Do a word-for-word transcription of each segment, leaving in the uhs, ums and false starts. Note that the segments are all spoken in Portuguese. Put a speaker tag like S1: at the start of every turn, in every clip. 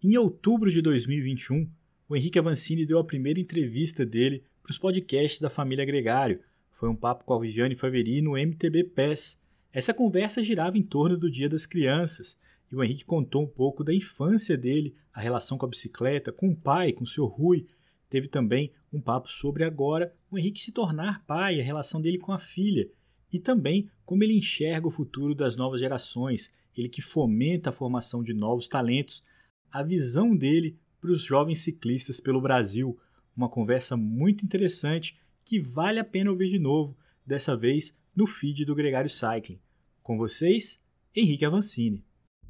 S1: Em outubro de dois mil e vinte e um, o Henrique Avancini deu a primeira entrevista dele para os podcasts da família Gregário. Foi um papo com a Viviane Faveri no M T B Pass. Essa conversa girava em torno do Dia das Crianças, e o Henrique contou um pouco da infância dele, a relação com a bicicleta, com o pai, com o senhor Rui. Teve também um papo sobre agora o Henrique se tornar pai, a relação dele com a filha, e também como ele enxerga o futuro das novas gerações, ele que fomenta a formação de novos talentos, a visão dele para os jovens ciclistas pelo Brasil. Uma conversa muito interessante que vale a pena ouvir de novo, dessa vez no feed do Gregário Cycling. Com vocês, Henrique Avancini.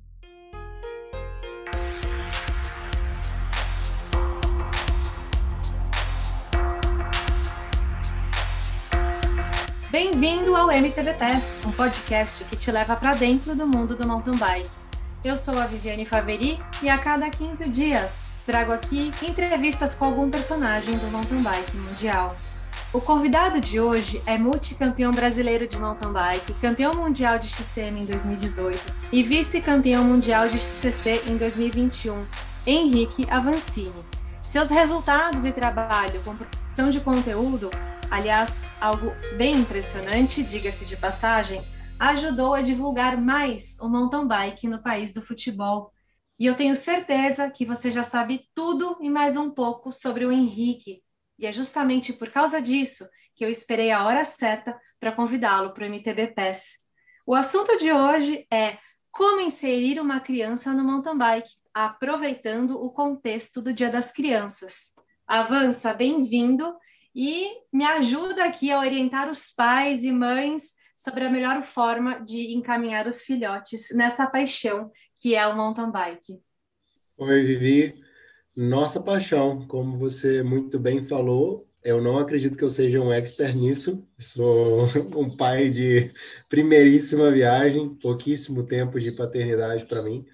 S2: Bem-vindo ao M T B Pass, um podcast que te leva para dentro do mundo do mountain bike. Eu sou a Viviane Faveri e a cada quinze dias trago aqui entrevistas com algum personagem do mountain bike mundial. O convidado de hoje é multicampeão brasileiro de mountain bike, campeão mundial de X C M em dois mil e dezoito e vice-campeão mundial de X C C em dois mil e vinte e um, Henrique Avancini. Seus resultados e trabalho com produção de conteúdo, aliás, algo bem impressionante, diga-se de passagem, ajudou a divulgar mais o mountain bike no país do futebol. E eu tenho certeza que você já sabe tudo e mais um pouco sobre o Henrique. E é justamente por causa disso que eu esperei a hora certa para convidá-lo para o M T B Pass. O assunto de hoje é como inserir uma criança no mountain bike, aproveitando o contexto do Dia das Crianças. Avança, bem-vindo e me ajuda aqui a orientar os pais e mães sobre a melhor forma de encaminhar os filhotes nessa paixão que é o mountain bike.
S3: Oi, Vivi. Nossa paixão, como você muito bem falou, eu não acredito que eu seja um expert nisso. Sou um pai de primeiríssima viagem, pouquíssimo tempo de paternidade para mim,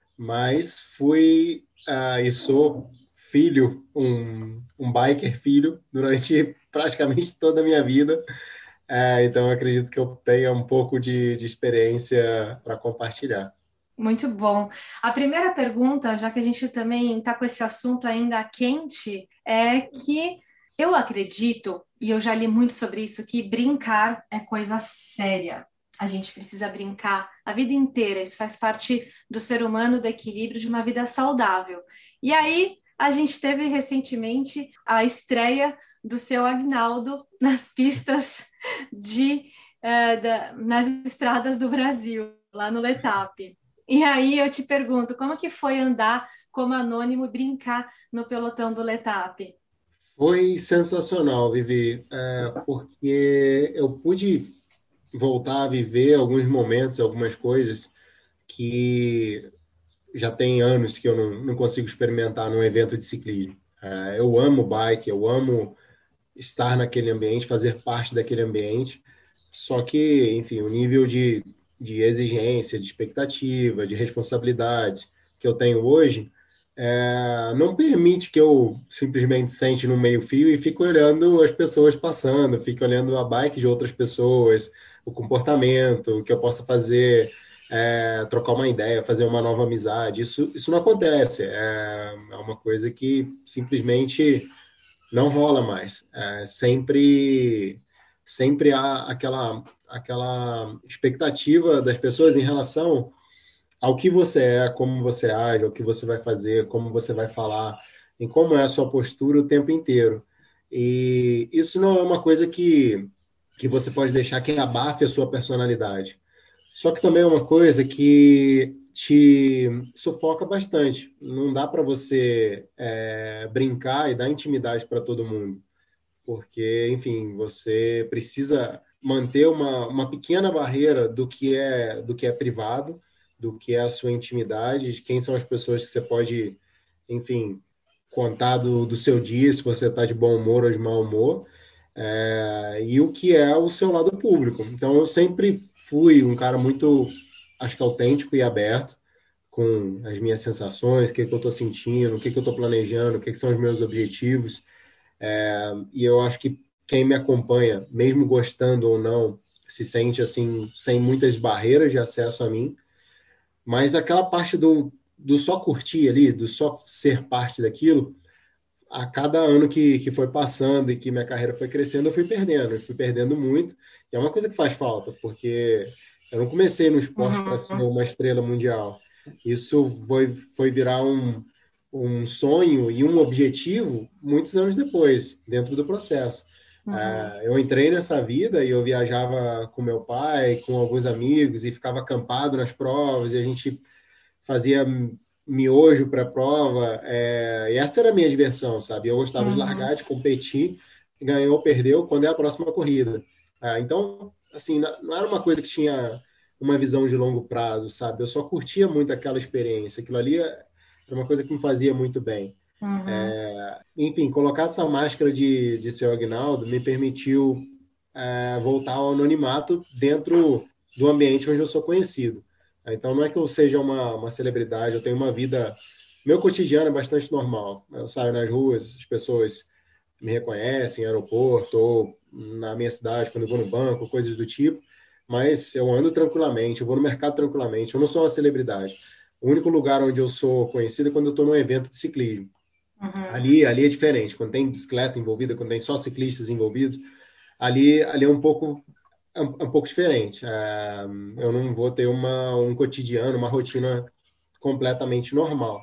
S3: mas fui uh, e sou filho, um, um biker filho, durante praticamente toda a minha vida. Uh, então, eu acredito que eu tenha um pouco de, de experiência para compartilhar.
S2: Muito bom. A primeira pergunta, já que a gente também está com esse assunto ainda quente, é que eu acredito, e eu já li muito sobre isso, que brincar é coisa séria. A gente precisa brincar a vida inteira, isso faz parte do ser humano, do equilíbrio de uma vida saudável. E aí, a gente teve recentemente a estreia do seu Agnaldo nas pistas de, uh, da, nas estradas do Brasil, lá no Letap. E aí eu te pergunto, como que foi andar como anônimo e brincar no pelotão do Letap?
S3: Foi sensacional, Vivi, é, porque eu pude voltar a viver alguns momentos, algumas coisas que já tem anos que eu não, não consigo experimentar num evento de ciclismo. É, eu amo bike, eu amo estar naquele ambiente, fazer parte daquele ambiente, só que, enfim, o nível de, de exigência, de expectativa, de responsabilidade que eu tenho hoje é, não permite que eu simplesmente sente no meio-fio e fique olhando as pessoas passando, fique olhando a bike de outras pessoas, o comportamento, o que eu possa fazer, é, trocar uma ideia, fazer uma nova amizade. Isso, isso não acontece. É, é uma coisa que simplesmente não rola mais. É, sempre, sempre há aquela, aquela expectativa das pessoas em relação ao que você é, como você age, ao que você vai fazer, como você vai falar, em como é a sua postura o tempo inteiro. E isso não é uma coisa que, que você pode deixar que abafe a sua personalidade. Só que também é uma coisa que te sufoca bastante. Não dá para você é, brincar e dar intimidade para todo mundo. Porque, enfim, você precisa manter uma, uma pequena barreira do que é, do que é privado, do que é a sua intimidade, de quem são as pessoas que você pode, enfim, contar do, do seu dia, se você está de bom humor ou de mau humor, é, e o que é o seu lado público. Então, eu sempre fui um cara muito, acho que autêntico e aberto com as minhas sensações, o que, que eu estou sentindo, o que, que eu estou planejando, o que, que são os meus objetivos. É, e eu acho que quem me acompanha, mesmo gostando ou não, se sente assim, sem muitas barreiras de acesso a mim. Mas aquela parte do, do só curtir ali, do só ser parte daquilo, a cada ano que, que foi passando e que minha carreira foi crescendo, eu fui perdendo, eu fui perdendo muito. E é uma coisa que faz falta, porque eu não comecei no esporte para ser
S2: Uhum.
S3: uma estrela mundial. Isso foi, foi virar um, um sonho e um objetivo muitos anos depois, dentro do processo.
S2: Uhum.
S3: Ah, eu entrei nessa vida e eu viajava com meu pai, com alguns amigos, e ficava acampado nas provas, e a gente fazia miojo para a prova, é, e essa era a minha diversão, sabe? Eu gostava de
S2: Uhum.
S3: largar, de competir, ganhou ou perdeu, quando é a próxima corrida. Ah, então, assim, não era uma coisa que tinha uma visão de longo prazo, sabe? Eu só curtia muito aquela experiência, aquilo ali era uma coisa que me fazia muito bem.
S2: Uhum.
S3: Enfim, colocar essa máscara de, de seu Agnaldo me permitiu é, voltar ao anonimato dentro do ambiente onde eu sou conhecido. Então, não é que eu seja uma, uma celebridade, eu tenho uma vida. Meu cotidiano é bastante normal. Eu saio nas ruas, as pessoas me reconhecem em aeroporto ou na minha cidade, quando eu vou no banco, coisas do tipo, mas eu ando tranquilamente, eu vou no mercado tranquilamente, eu não sou uma celebridade. O único lugar onde eu sou conhecido é quando eu estou num evento de ciclismo.
S2: Uhum.
S3: Ali, ali é diferente. Quando tem bicicleta envolvida, quando tem só ciclistas envolvidos, ali, ali é um pouco, é um, é um pouco diferente. É, eu não vou ter uma, um cotidiano, uma rotina completamente normal.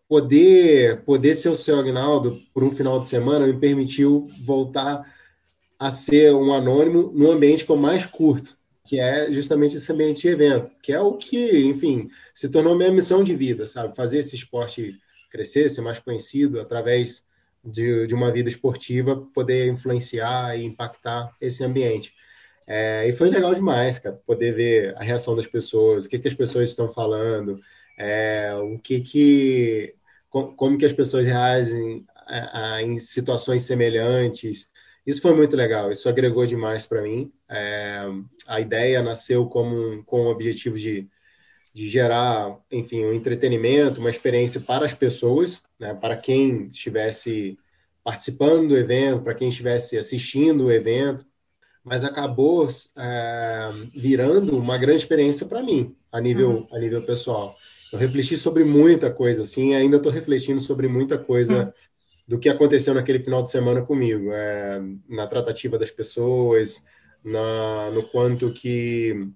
S3: Poder, poder ser o seu Agnaldo por um final de semana me permitiu voltar a ser um anônimo no ambiente que eu mais curto, que é justamente esse ambiente de evento, que é o que, enfim, se tornou minha missão de vida, sabe? Fazer esse esporte crescer, ser mais conhecido através de, de uma vida esportiva, poder influenciar e impactar esse ambiente. É, e foi legal demais, cara, poder ver a reação das pessoas, o que, que as pessoas estão falando, é, o que que, co- como que as pessoas reagem a- a- em situações semelhantes. Isso foi muito legal, isso agregou demais para mim. É, a ideia nasceu como, um- com o objetivo de, de gerar, enfim, um entretenimento, uma experiência para as pessoas, né, para quem estivesse participando do evento, para quem estivesse assistindo o evento, mas acabou é, virando uma grande experiência para mim, a
S2: Uhum.
S3: nível, a nível pessoal. Eu refleti sobre muita coisa, assim, e ainda estou refletindo sobre muita
S2: Uhum.
S3: coisa do que aconteceu naquele final de semana comigo, é, na tratativa das pessoas, na, no quanto que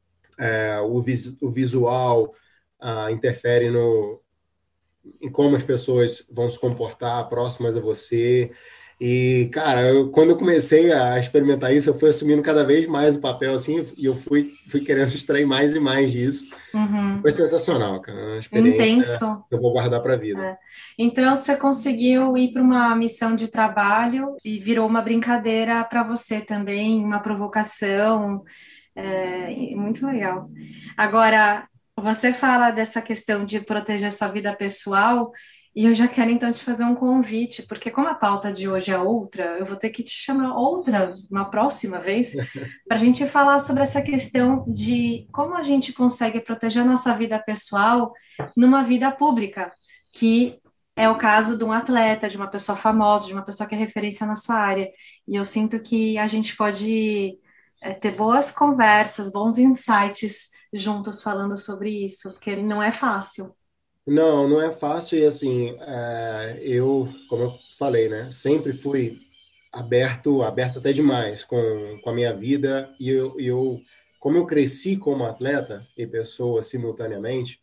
S3: é, o, vis, o visual ah, interfere no, em como as pessoas vão se comportar próximas a você. E, cara, eu, quando eu comecei a experimentar isso, eu fui assumindo cada vez mais o papel, assim, e eu fui, fui querendo extrair mais e mais disso.
S2: Uhum.
S3: Foi sensacional, cara. Uma experiência
S2: Intenso.
S3: que eu vou guardar para a vida.
S2: É. Então você conseguiu ir para uma missão de trabalho e virou uma brincadeira para você também, uma provocação. É, e muito legal. Agora, você fala dessa questão de proteger sua vida pessoal, e eu já quero então te fazer um convite, porque como a pauta de hoje é outra, eu vou ter que te chamar outra, uma próxima vez, para a gente falar sobre essa questão de como a gente consegue proteger a nossa vida pessoal numa vida pública, que é o caso de um atleta, de uma pessoa famosa, de uma pessoa que é referência na sua área. E eu sinto que a gente pode é, ter boas conversas, bons insights juntos falando sobre isso, porque não é fácil.
S3: Não, não é fácil e assim, é, eu, como eu falei, né, sempre fui aberto, aberto até demais com, com a minha vida e eu, e eu, como eu cresci como atleta e pessoa simultaneamente,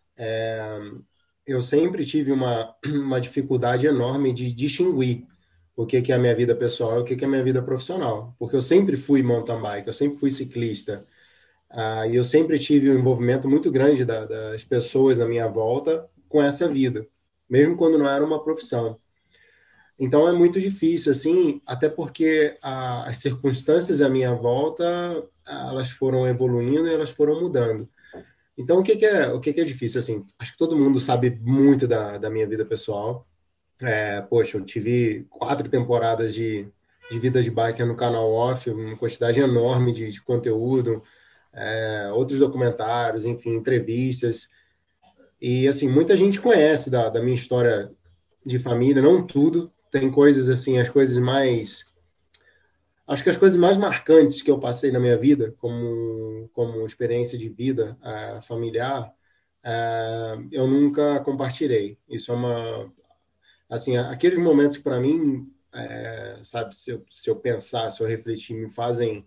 S3: eu sempre tive uma, uma dificuldade enorme de distinguir o que que é a minha vida pessoal e o que que é a minha vida profissional, porque eu sempre fui mountain bike, eu sempre fui ciclista, ah, e eu sempre tive um envolvimento muito grande da- das pessoas à minha volta com essa vida, mesmo quando não era uma profissão. Então é muito difícil, assim, até porque a- as circunstâncias à minha volta, ah, elas foram evoluindo e elas foram mudando. Então o que que é, o que que é difícil, assim? Acho que todo mundo sabe muito da, da minha vida pessoal. É, poxa, eu tive quatro temporadas de, de vida de biker no canal Off, uma quantidade enorme de, de conteúdo, é, outros documentários, enfim, entrevistas. E, assim, muita gente conhece da, da minha história de família, não tudo. Tem coisas, assim, as coisas mais. Acho que as coisas mais marcantes que eu passei na minha vida, como, como experiência de vida eh, familiar, é, eu nunca compartilhei. Isso é uma... Assim, aqueles momentos que, para mim, é, sabe, se eu, se eu pensar, se eu refletir, me fazem,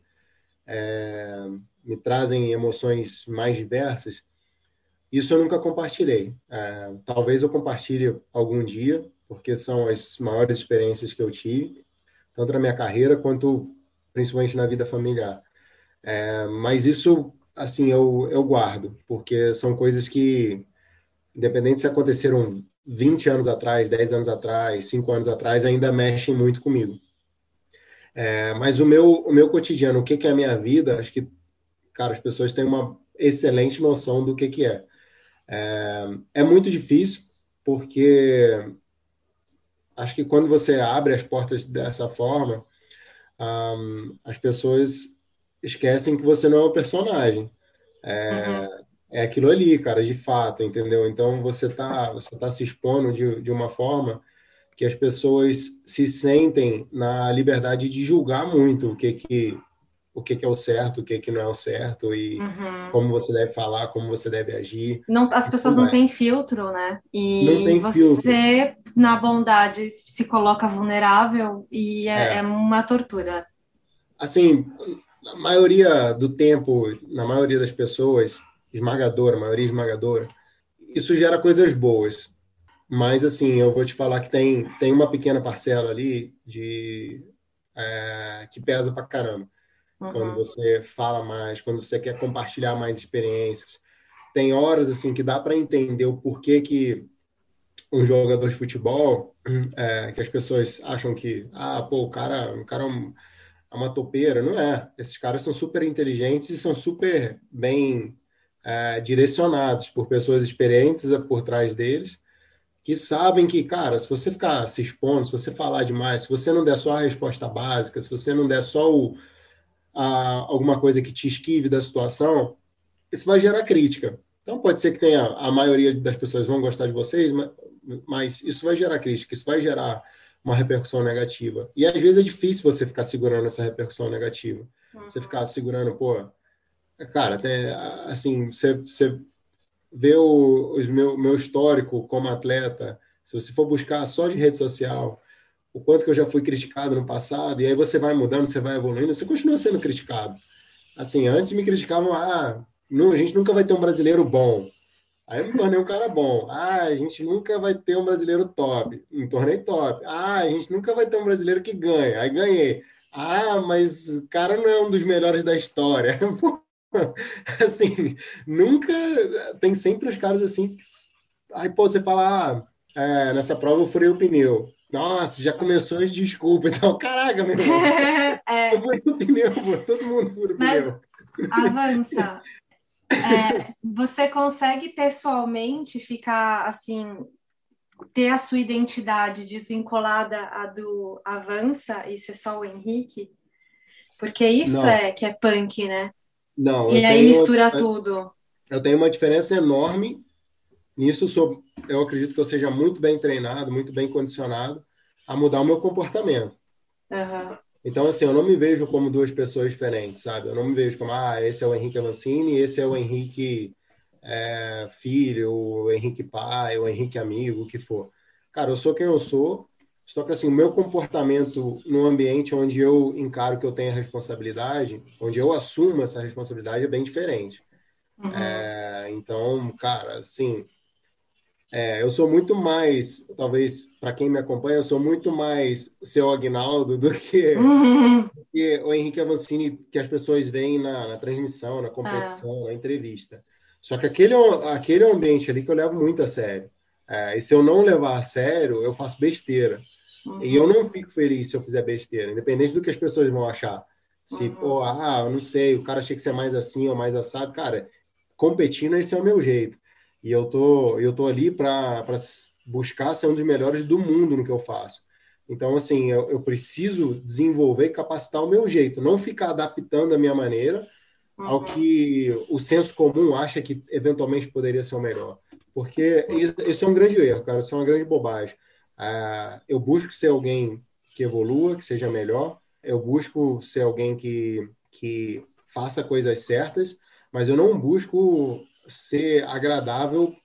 S3: é, me trazem emoções mais diversas, isso eu nunca compartilhei. É, talvez eu compartilhe algum dia, porque são as maiores experiências que eu tive, tanto na minha carreira quanto principalmente na vida familiar. É, mas isso, assim, eu, eu guardo, porque são coisas que, independente se aconteceram vinte anos atrás, dez anos atrás, cinco anos atrás, ainda mexem muito comigo. É, mas o meu, o meu cotidiano, o que que é a minha vida, acho que, cara, as pessoas têm uma excelente noção do que que é. É, é muito difícil, porque acho que quando você abre as portas dessa forma, um, as pessoas esquecem que você não é um personagem. É,
S2: Uhum.
S3: é aquilo ali, cara, de fato, entendeu? Então você tá, você tá se expondo de, de uma forma que as pessoas se sentem na liberdade de julgar muito o que que, o que que é o certo, o que que não é o certo e
S2: Uhum.
S3: como você deve falar, como você deve agir.
S2: Não, as
S3: E
S2: pessoas
S3: tudo
S2: não
S3: mais.
S2: têm filtro, né?
S3: Não
S2: E
S3: tem filtro.
S2: você, na bondade, se coloca vulnerável e é, é
S3: É,
S2: uma tortura.
S3: assim, na maioria do tempo, na maioria das pessoas, esmagadora, maioria esmagadora, isso gera coisas boas. Mas, assim, eu vou te falar que tem, tem uma pequena parcela ali de, é, que pesa pra caramba. Quando
S2: Uhum.
S3: você fala mais, quando você quer compartilhar mais experiências. Tem horas, assim, que dá para entender o porquê que um jogador de futebol, é, que as pessoas acham que, ah, pô, o cara, o cara é um- é uma topeira. Não é. Esses caras são super inteligentes e são super bem, é, direcionados por pessoas experientes por trás deles que sabem que, cara, se você ficar se expondo, se você falar demais, se você não der só a resposta básica, se você não der só o, a, alguma coisa que te esquive da situação, isso vai gerar crítica. Então pode ser que tenha a maioria das pessoas vão gostar de vocês, mas, mas isso vai gerar crítica, isso vai gerar uma repercussão negativa. E às vezes é difícil você ficar segurando essa repercussão negativa. Você ficar segurando, pô, cara, até assim, você, você ver o os meu, meu histórico como atleta, se você for buscar só de rede social, o quanto que eu já fui criticado no passado, e aí você vai mudando, você vai evoluindo, você continua sendo criticado. Assim, antes me criticavam, ah, não, a gente nunca vai ter um brasileiro bom. Aí eu me tornei um cara bom. Ah, a gente nunca vai ter um brasileiro top. Me tornei top. Ah, a gente nunca vai ter um brasileiro que ganha. Aí ganhei. Ah, mas o cara não é um dos melhores da história. Assim, nunca. Tem sempre os caras assim. Que... Aí, pô, você fala, ah, é, nessa prova eu furei o pneu. Nossa, já começou as desculpas. Então, caraca, meu irmão, eu
S2: É,
S3: furei o pneu, pô, todo mundo fura o
S2: mas
S3: pneu.
S2: avança. É, você consegue pessoalmente ficar assim, ter a sua identidade desvinculada à do Avança e ser só o Henrique? Porque isso
S3: Não,
S2: é que é punk, né?
S3: não,
S2: E
S3: eu
S2: aí
S3: tenho,
S2: mistura tudo.
S3: eu tenho uma diferença enorme. Nisso, eu, sou, eu acredito que eu seja muito bem treinado, muito bem condicionado a mudar o meu comportamento.
S2: Aham.
S3: Então, assim, eu não me vejo como duas pessoas diferentes, sabe? Eu não me vejo como, ah, esse é o Henrique Avancini, esse é o Henrique é, filho, o Henrique pai, o Henrique amigo, o que for. Cara, eu sou quem eu sou, só que, assim, o meu comportamento no ambiente onde eu encaro que eu tenho a responsabilidade, onde eu assumo essa responsabilidade, é bem diferente.
S2: Uhum.
S3: É, então, cara, assim, é, eu sou muito mais, talvez para quem me acompanha, eu sou muito mais seu Agnaldo do que,
S2: Uhum.
S3: que o Henrique Avancini que as pessoas veem na, na transmissão, na
S2: É.
S3: competição, na entrevista. Só que aquele, é um- aquele é um ambiente ali que eu levo muito a sério. É, e se eu não levar a sério, eu faço besteira. E eu
S2: Uhum.
S3: não fico feliz se eu fizer besteira, independente do que as pessoas vão achar. Se, pô,
S2: Uhum.
S3: ah, eu não sei, o cara tinha que ser mais assim ou mais assado. Cara, competindo, esse é o meu jeito. E eu tô, eu tô ali para buscar ser um dos melhores do mundo no que eu faço. Então, assim, eu, eu preciso desenvolver e capacitar o meu jeito, não ficar adaptando a minha maneira ao
S2: Uhum.
S3: que o senso comum acha que eventualmente poderia ser o melhor. Porque isso- esse é um grande erro, cara, isso é uma grande bobagem. Ah, eu busco ser alguém que evolua, que seja melhor, eu busco ser alguém que, que faça coisas certas, mas eu não busco ser agradável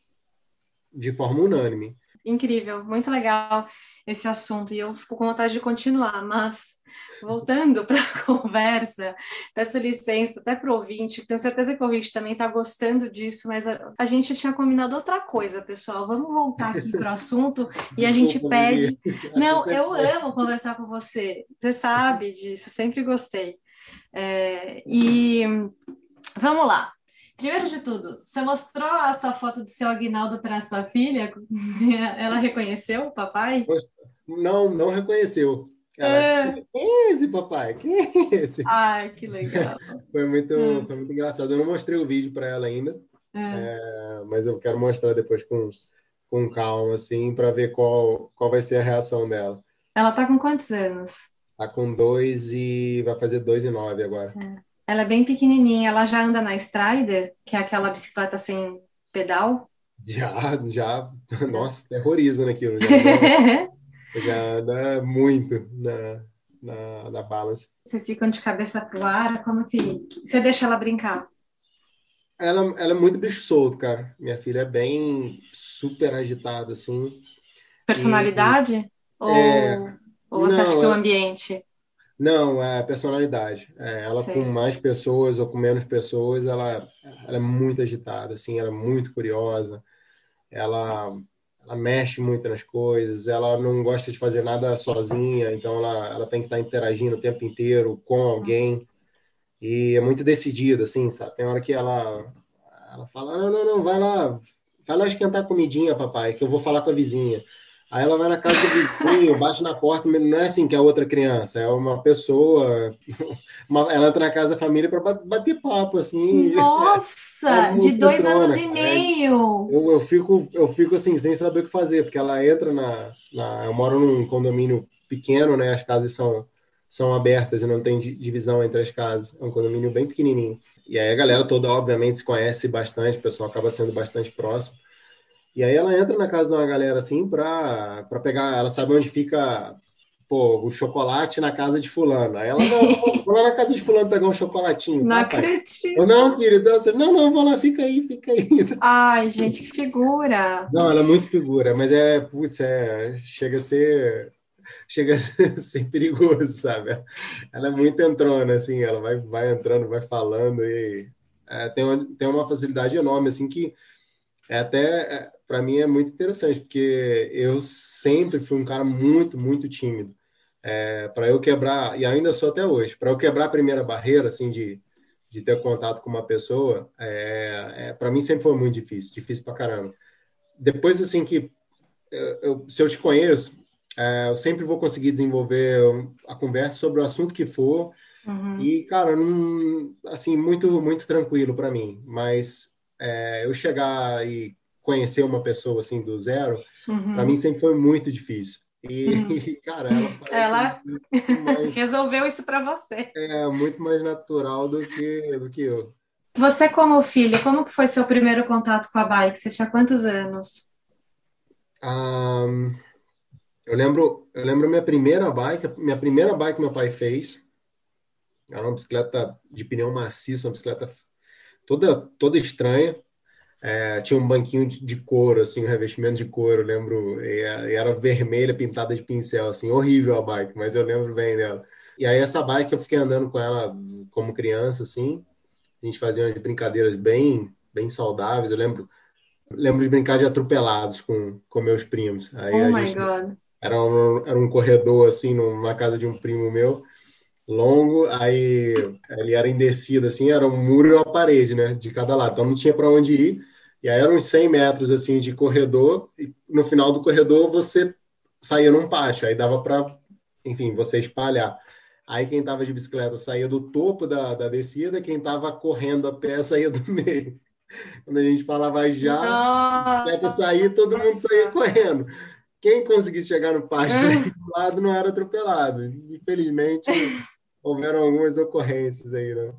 S3: de forma unânime.
S2: Incrível, muito legal esse assunto, e eu fico com vontade de continuar, mas voltando para a conversa, peço licença até para o ouvinte, tenho certeza que o ouvinte também está gostando disso, mas a, a gente tinha combinado outra coisa, pessoal. Vamos voltar aqui para o assunto e a gente
S3: Desculpa,
S2: pede.
S3: Vivi.
S2: Não, eu amo conversar com você, você sabe disso, sempre gostei. É, e vamos lá. Primeiro de tudo, você mostrou a sua foto do seu Aguinaldo para a sua filha? Ela reconheceu o papai?
S3: Não, não reconheceu. Ela,
S2: É.
S3: quem é esse, papai? Quem é esse?
S2: Ai, que legal.
S3: Foi muito,
S2: Hum.
S3: foi muito engraçado. Eu não mostrei o vídeo para ela ainda,
S2: É.
S3: é, mas eu quero mostrar depois com, com calma, assim, para ver qual, qual vai ser a reação dela.
S2: Ela tá com quantos anos?
S3: Tá com dois e vai fazer dois e nove agora.
S2: É. Ela é bem pequenininha. Ela já anda na Strider, que é aquela bicicleta sem pedal?
S3: Já, já, nossa, terroriza naquilo. Já anda, já anda muito na, na, na balance.
S2: Vocês ficam de cabeça pro ar? Como que você deixa ela brincar?
S3: Ela, ela é muito bicho solto, cara. Minha filha é bem super agitada, assim. E
S2: Personalidade?
S3: é,
S2: Ou, ou você acha
S3: não,
S2: que o
S3: é,
S2: ambiente?
S3: não, é personalidade. É, ela com
S2: Sei.
S3: mais pessoas ou com menos pessoas, ela, ela é muito agitada, assim, ela é muito curiosa. Ela, ela mexe muito nas coisas, ela não gosta de fazer nada sozinha, então ela, ela tem que estar interagindo o tempo inteiro com alguém. E é muito decidida, assim, sabe? Tem hora que ela, ela fala, não, não, não, vai lá, vai lá esquentar a comidinha, papai, que eu vou falar com a vizinha. Aí ela vai na casa do vizinho, bate na porta, não é assim que é outra criança, é uma pessoa, uma- ela entra na casa da família para bater papo, assim, ela é
S2: Nossa, de
S3: muito
S2: dois anos
S3: entrona,
S2: e
S3: cara. É,
S2: meio.
S3: eu, eu fico, eu fico assim, sem saber o que fazer, porque ela entra na, na. Eu moro num condomínio pequeno, né? As casas são, são abertas e não tem di- divisão entre as casas. É um condomínio bem pequenininho. E aí a galera toda, obviamente, se conhece bastante, o pessoal acaba sendo bastante próximo. E aí ela entra na casa de uma galera assim pra, pra pegar. Ela sabe onde fica, pô, o chocolate na casa de fulano. Aí ela, não, vou vou lá na casa de fulano pegar um chocolatinho,
S2: Não
S3: tá, pai? Eu,
S2: acredito.
S3: não, filho, então, você, não, não, vou lá, fica aí, fica aí.
S2: Ai, gente, que figura.
S3: Não, ela é muito figura, mas é, putz, é, chega a ser, chega a ser perigoso, sabe? Ela é muito entrona, assim, ela vai, vai entrando, vai falando e é, tem, uma, tem uma facilidade enorme, assim, que é até, é, para mim é muito interessante, porque eu sempre fui um cara muito, muito tímido. É, para eu quebrar, e ainda sou até hoje, para eu quebrar a primeira barreira, assim, de, de ter contato com uma pessoa, é, é, para mim sempre foi muito difícil, difícil pra caramba. Depois, assim, que eu, se eu te conheço, é, eu sempre vou conseguir desenvolver a conversa sobre o assunto que for.
S2: Uhum,
S3: E, cara, não, assim, muito, muito tranquilo para mim. Mas é, eu chegar e conhecer uma pessoa assim do zero, para mim
S2: uhum,
S3: sempre foi muito difícil. E,
S2: uhum.
S3: e, cara, ela parece
S2: Ela
S3: muito mais,
S2: resolveu isso para você.
S3: é, muito mais natural do que, do que eu.
S2: Você, como filho, como que foi seu primeiro contato com a bike? Você tinha quantos anos?
S3: Ah, eu lembro, eu lembro minha primeira bike, minha primeira bike que meu pai fez. Era uma bicicleta de pneu maciço, uma bicicleta toda, toda estranha. É, tinha um banquinho de, de couro, assim, um revestimento de couro, eu lembro. E, e era vermelha, pintada de pincel, assim, horrível a bike, mas eu lembro bem dela. E aí essa bike eu fiquei andando com ela como criança, assim. A gente fazia umas brincadeiras bem, bem saudáveis. Eu lembro, lembro de brincar de atropelados com, com meus primos. Aí
S2: Oh
S3: a
S2: my
S3: gente
S2: God.
S3: era um, era um corredor, assim, numa casa de um primo meu longo, aí ele era em descida, assim, era um muro e uma parede, né, de cada lado, então não tinha para onde ir, e aí eram uns cem metros, assim, de corredor, e no final do corredor você saía num pátio, aí dava para, enfim, você espalhar. Aí quem tava de bicicleta saía do topo da, da descida, quem tava correndo a pé saía do meio. Quando a gente falava já, a bicicleta saía, todo mundo saía
S2: Nossa.
S3: correndo. Quem conseguisse chegar no pátio e sair
S2: Ah,
S3: do lado não era atropelado. Infelizmente, houveram algumas ocorrências aí, né?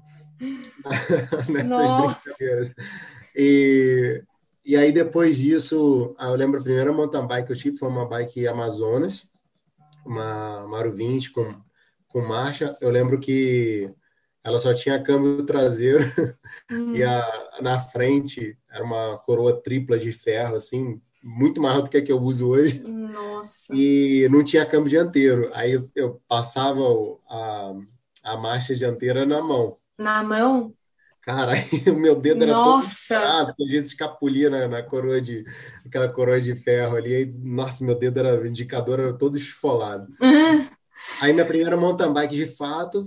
S3: Nessas
S2: nossa.
S3: brincadeiras. E, e aí, depois disso, ah, eu lembro a primeira mountain bike que eu tive foi uma bike Amazonas, uma Maro vinte com, com marcha. Eu lembro que ela só tinha câmbio traseiro e
S2: Hum,
S3: a, na frente era uma coroa tripla de ferro, assim, muito maior do que a que eu uso hoje,
S2: nossa.
S3: e não tinha câmbio dianteiro. Aí eu, eu passava o- a, a marcha dianteira na mão.
S2: Na mão?
S3: Cara, aí o meu dedo era todo
S2: Nossa.
S3: escorado, porque às vezes escapulia na, na coroa de, aquela coroa de ferro ali. Aí, nossa, meu dedo era, o indicador era todo esfolado.
S2: Hum,
S3: Aí minha primeira mountain bike, de fato,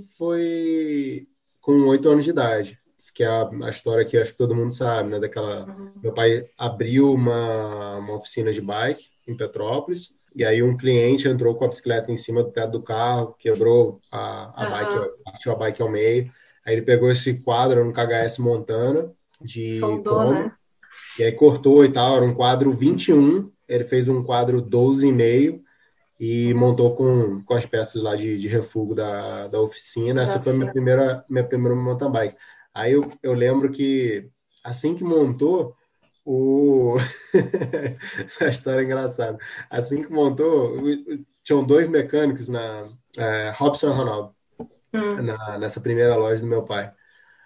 S3: foi com oito anos de idade, que é a, a história que acho que todo mundo sabe, né? Daquela, meu pai abriu uma, uma oficina de bike em Petrópolis, e aí um cliente entrou com a bicicleta em cima do teto do carro, quebrou a, a bike,
S2: aham.
S3: partiu a bike ao meio. Aí ele pegou esse quadro no K H S Montana de
S2: Soldou,
S3: cromo,
S2: né?
S3: e aí cortou e tal, era um quadro vinte e um, ele fez um quadro doze e meio e montou com, com as peças lá de, de refúgio da, da oficina.
S2: Da
S3: Essa foi minha
S2: oficina.
S3: primeira, minha primeira mountain bike. Aí eu, eu lembro que assim que montou, o... Essa história é engraçada. Assim que montou, o- o- tinham dois mecânicos na é, Robson e Ronaldo,
S2: Hum.
S3: na, nessa primeira loja do meu pai.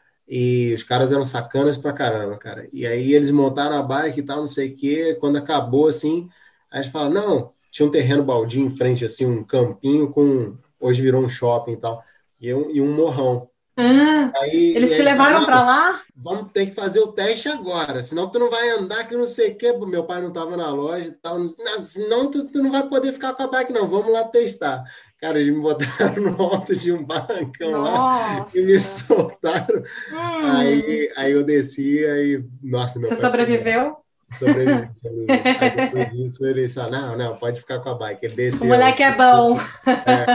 S3: E os caras eram sacanas pra caramba, cara. E aí eles montaram a bike e tal, não sei o quê. Quando acabou, assim, aí eles falaram, não, tinha um terreno baldio em frente, assim, um campinho com... Hoje virou um shopping e tal. E um, e um morrão.
S2: Ah,
S3: Aí, e
S2: eles
S3: aí
S2: te
S3: eles falaram,
S2: levaram para
S3: não,
S2: lá?
S3: vamos ter que fazer o teste agora, senão tu não vai andar que não sei o quê. Meu pai não estava na loja e tal. Não, senão tu, tu não vai poder ficar com a bike, não. Vamos lá testar. Cara, eles me botaram no alto de um barrancão lá e me
S2: Nossa.
S3: soltaram.
S2: Hum.
S3: Aí, aí eu desci, aí, nossa, meu
S2: Você
S3: pai ficou bravo.
S2: sobreviveu?
S3: Sobrevivi, sobrevivi. Aí depois disso ele disse, ah, não, não, pode ficar com a bike. Ele
S2: O
S3: desceu.
S2: moleque é bom.
S3: É,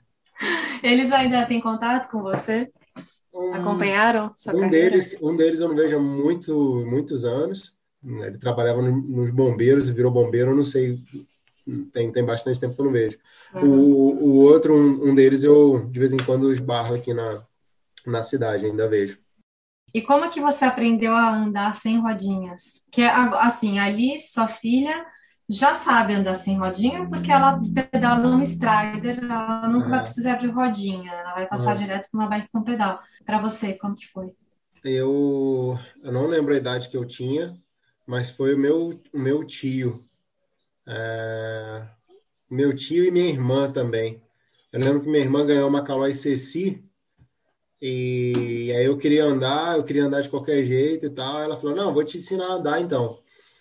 S2: Eles ainda têm contato com você?
S3: um,
S2: Acompanharam sua
S3: um
S2: carreira?
S3: deles, um deles eu não vejo há muito, muitos anos. Ele trabalhava no- nos bombeiros e virou bombeiro, eu não sei, tem, tem bastante tempo que eu não vejo. O,
S2: Uhum.
S3: o outro, um, um deles eu de vez em quando esbarro aqui na, na cidade, ainda vejo.
S2: E como que você aprendeu a andar sem rodinhas? Que é, ag- assim, ali sua filha já sabe andar sem rodinha porque ela pedala numa Strider, ela nunca vai
S3: Aham,
S2: precisar de rodinha, ela vai passar
S3: aham.
S2: direto para uma bike com pedal. Para você, como que foi?
S3: Eu, eu não lembro a idade que eu tinha, mas foi o meu, o meu tio. É, meu tio e minha irmã também. Eu lembro que minha irmã ganhou uma Caloi Ceci e aí eu queria andar, eu queria andar de qualquer jeito e tal. Ela falou: Não, vou te ensinar a andar então.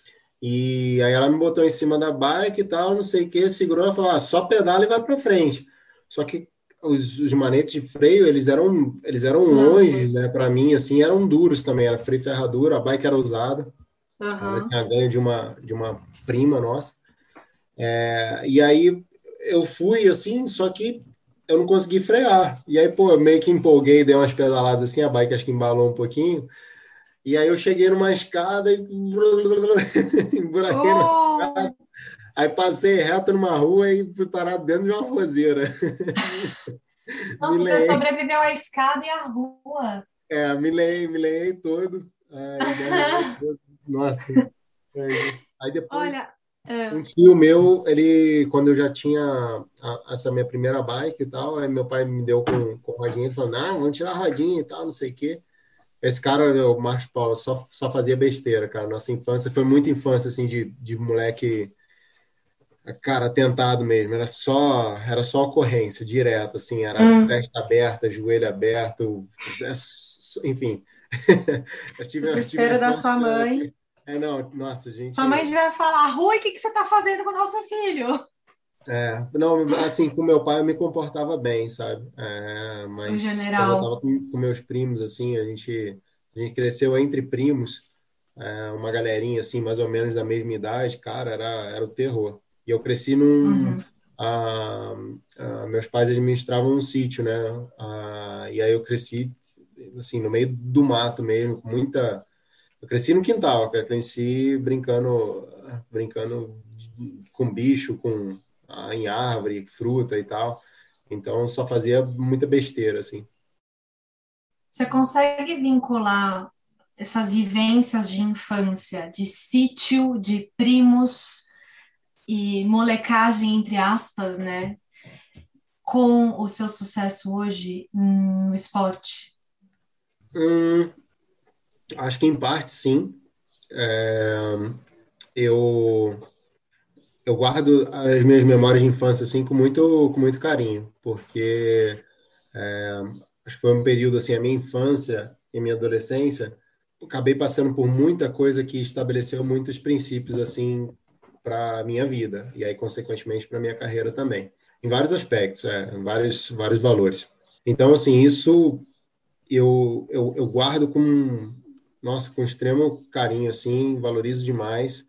S3: E aí ela me botou em cima da bike e tal, não sei o que, segurou, ela falou: ah, só pedala e vai para frente. Só que os, os manetes de freio, eles eram, eles eram longe, né,
S2: Longos.
S3: para mim, assim, eram duros também, era freio ferradura, a bike era usada, ela
S2: Aham.
S3: tinha ganho de uma, de uma prima nossa. E aí eu fui assim, só que eu não consegui frear. E aí, pô, eu meio que empolguei, dei umas pedaladas assim, a bike acho que embalou um pouquinho. E aí eu cheguei numa escada e emburaquei na
S2: Oh!
S3: escada. Aí passei reto numa rua e fui parar dentro de uma roseira. Me
S2: Nossa, você
S3: leei,
S2: sobreviveu à escada e à rua.
S3: é, me leei, me leei todo. Aí me arranhei todo. Nossa. Aí aí depois
S2: Olha, é,
S3: um tio meu, ele, quando eu já tinha a- essa minha primeira bike e tal, aí meu pai me deu com, com rodinha, ele falou, não, vamos tirar a rodinha e tal, não sei o quê. Esse cara, o Marcos Paulo, só, só fazia besteira, cara. Nossa infância foi muita infância, assim, de, de moleque, cara, tentado mesmo. Era só, era só ocorrência, direto, assim, era
S2: hum,
S3: testa aberta, joelho aberto, é s- enfim. Eu tive, eu tive uma
S2: desespero da sua
S3: infância...
S2: mãe.
S3: É, não, nossa,
S2: Sua mãe
S3: gente...
S2: devia falar, Rui, o que que você está fazendo com o nosso filho?
S3: É, não, assim, com meu pai eu me comportava bem, sabe? É,
S2: O
S3: mas quando eu
S2: general.
S3: tava com, com meus primos, assim, a gente, a gente cresceu entre primos, é, uma galerinha, assim, mais ou menos da mesma idade, cara, era, era o terror. E eu cresci num...
S2: Uhum.
S3: ah, ah, meus pais administravam um sítio, né? Ah, e aí eu cresci, assim, no meio do mato mesmo, com muita... Eu cresci no quintal, cara, cresci brincando, brincando de- com bicho, com ah, em árvore, fruta e tal. Então só fazia muita besteira, assim.
S2: Você consegue vincular essas vivências de infância, de sítio, de primos e molecagem, entre aspas, né, com o seu sucesso hoje no esporte?
S3: Hum, acho que em parte sim. É, eu, eu guardo as minhas memórias de infância assim com muito, com muito carinho, porque é, acho que foi um período assim, a minha infância e minha adolescência, eu acabei passando por muita coisa que estabeleceu muitos princípios assim para minha vida e aí consequentemente para minha carreira também, em vários aspectos, é, em vários vários valores. Então assim, isso eu, eu, eu guardo com, nossa, com extremo carinho, assim, valorizo demais,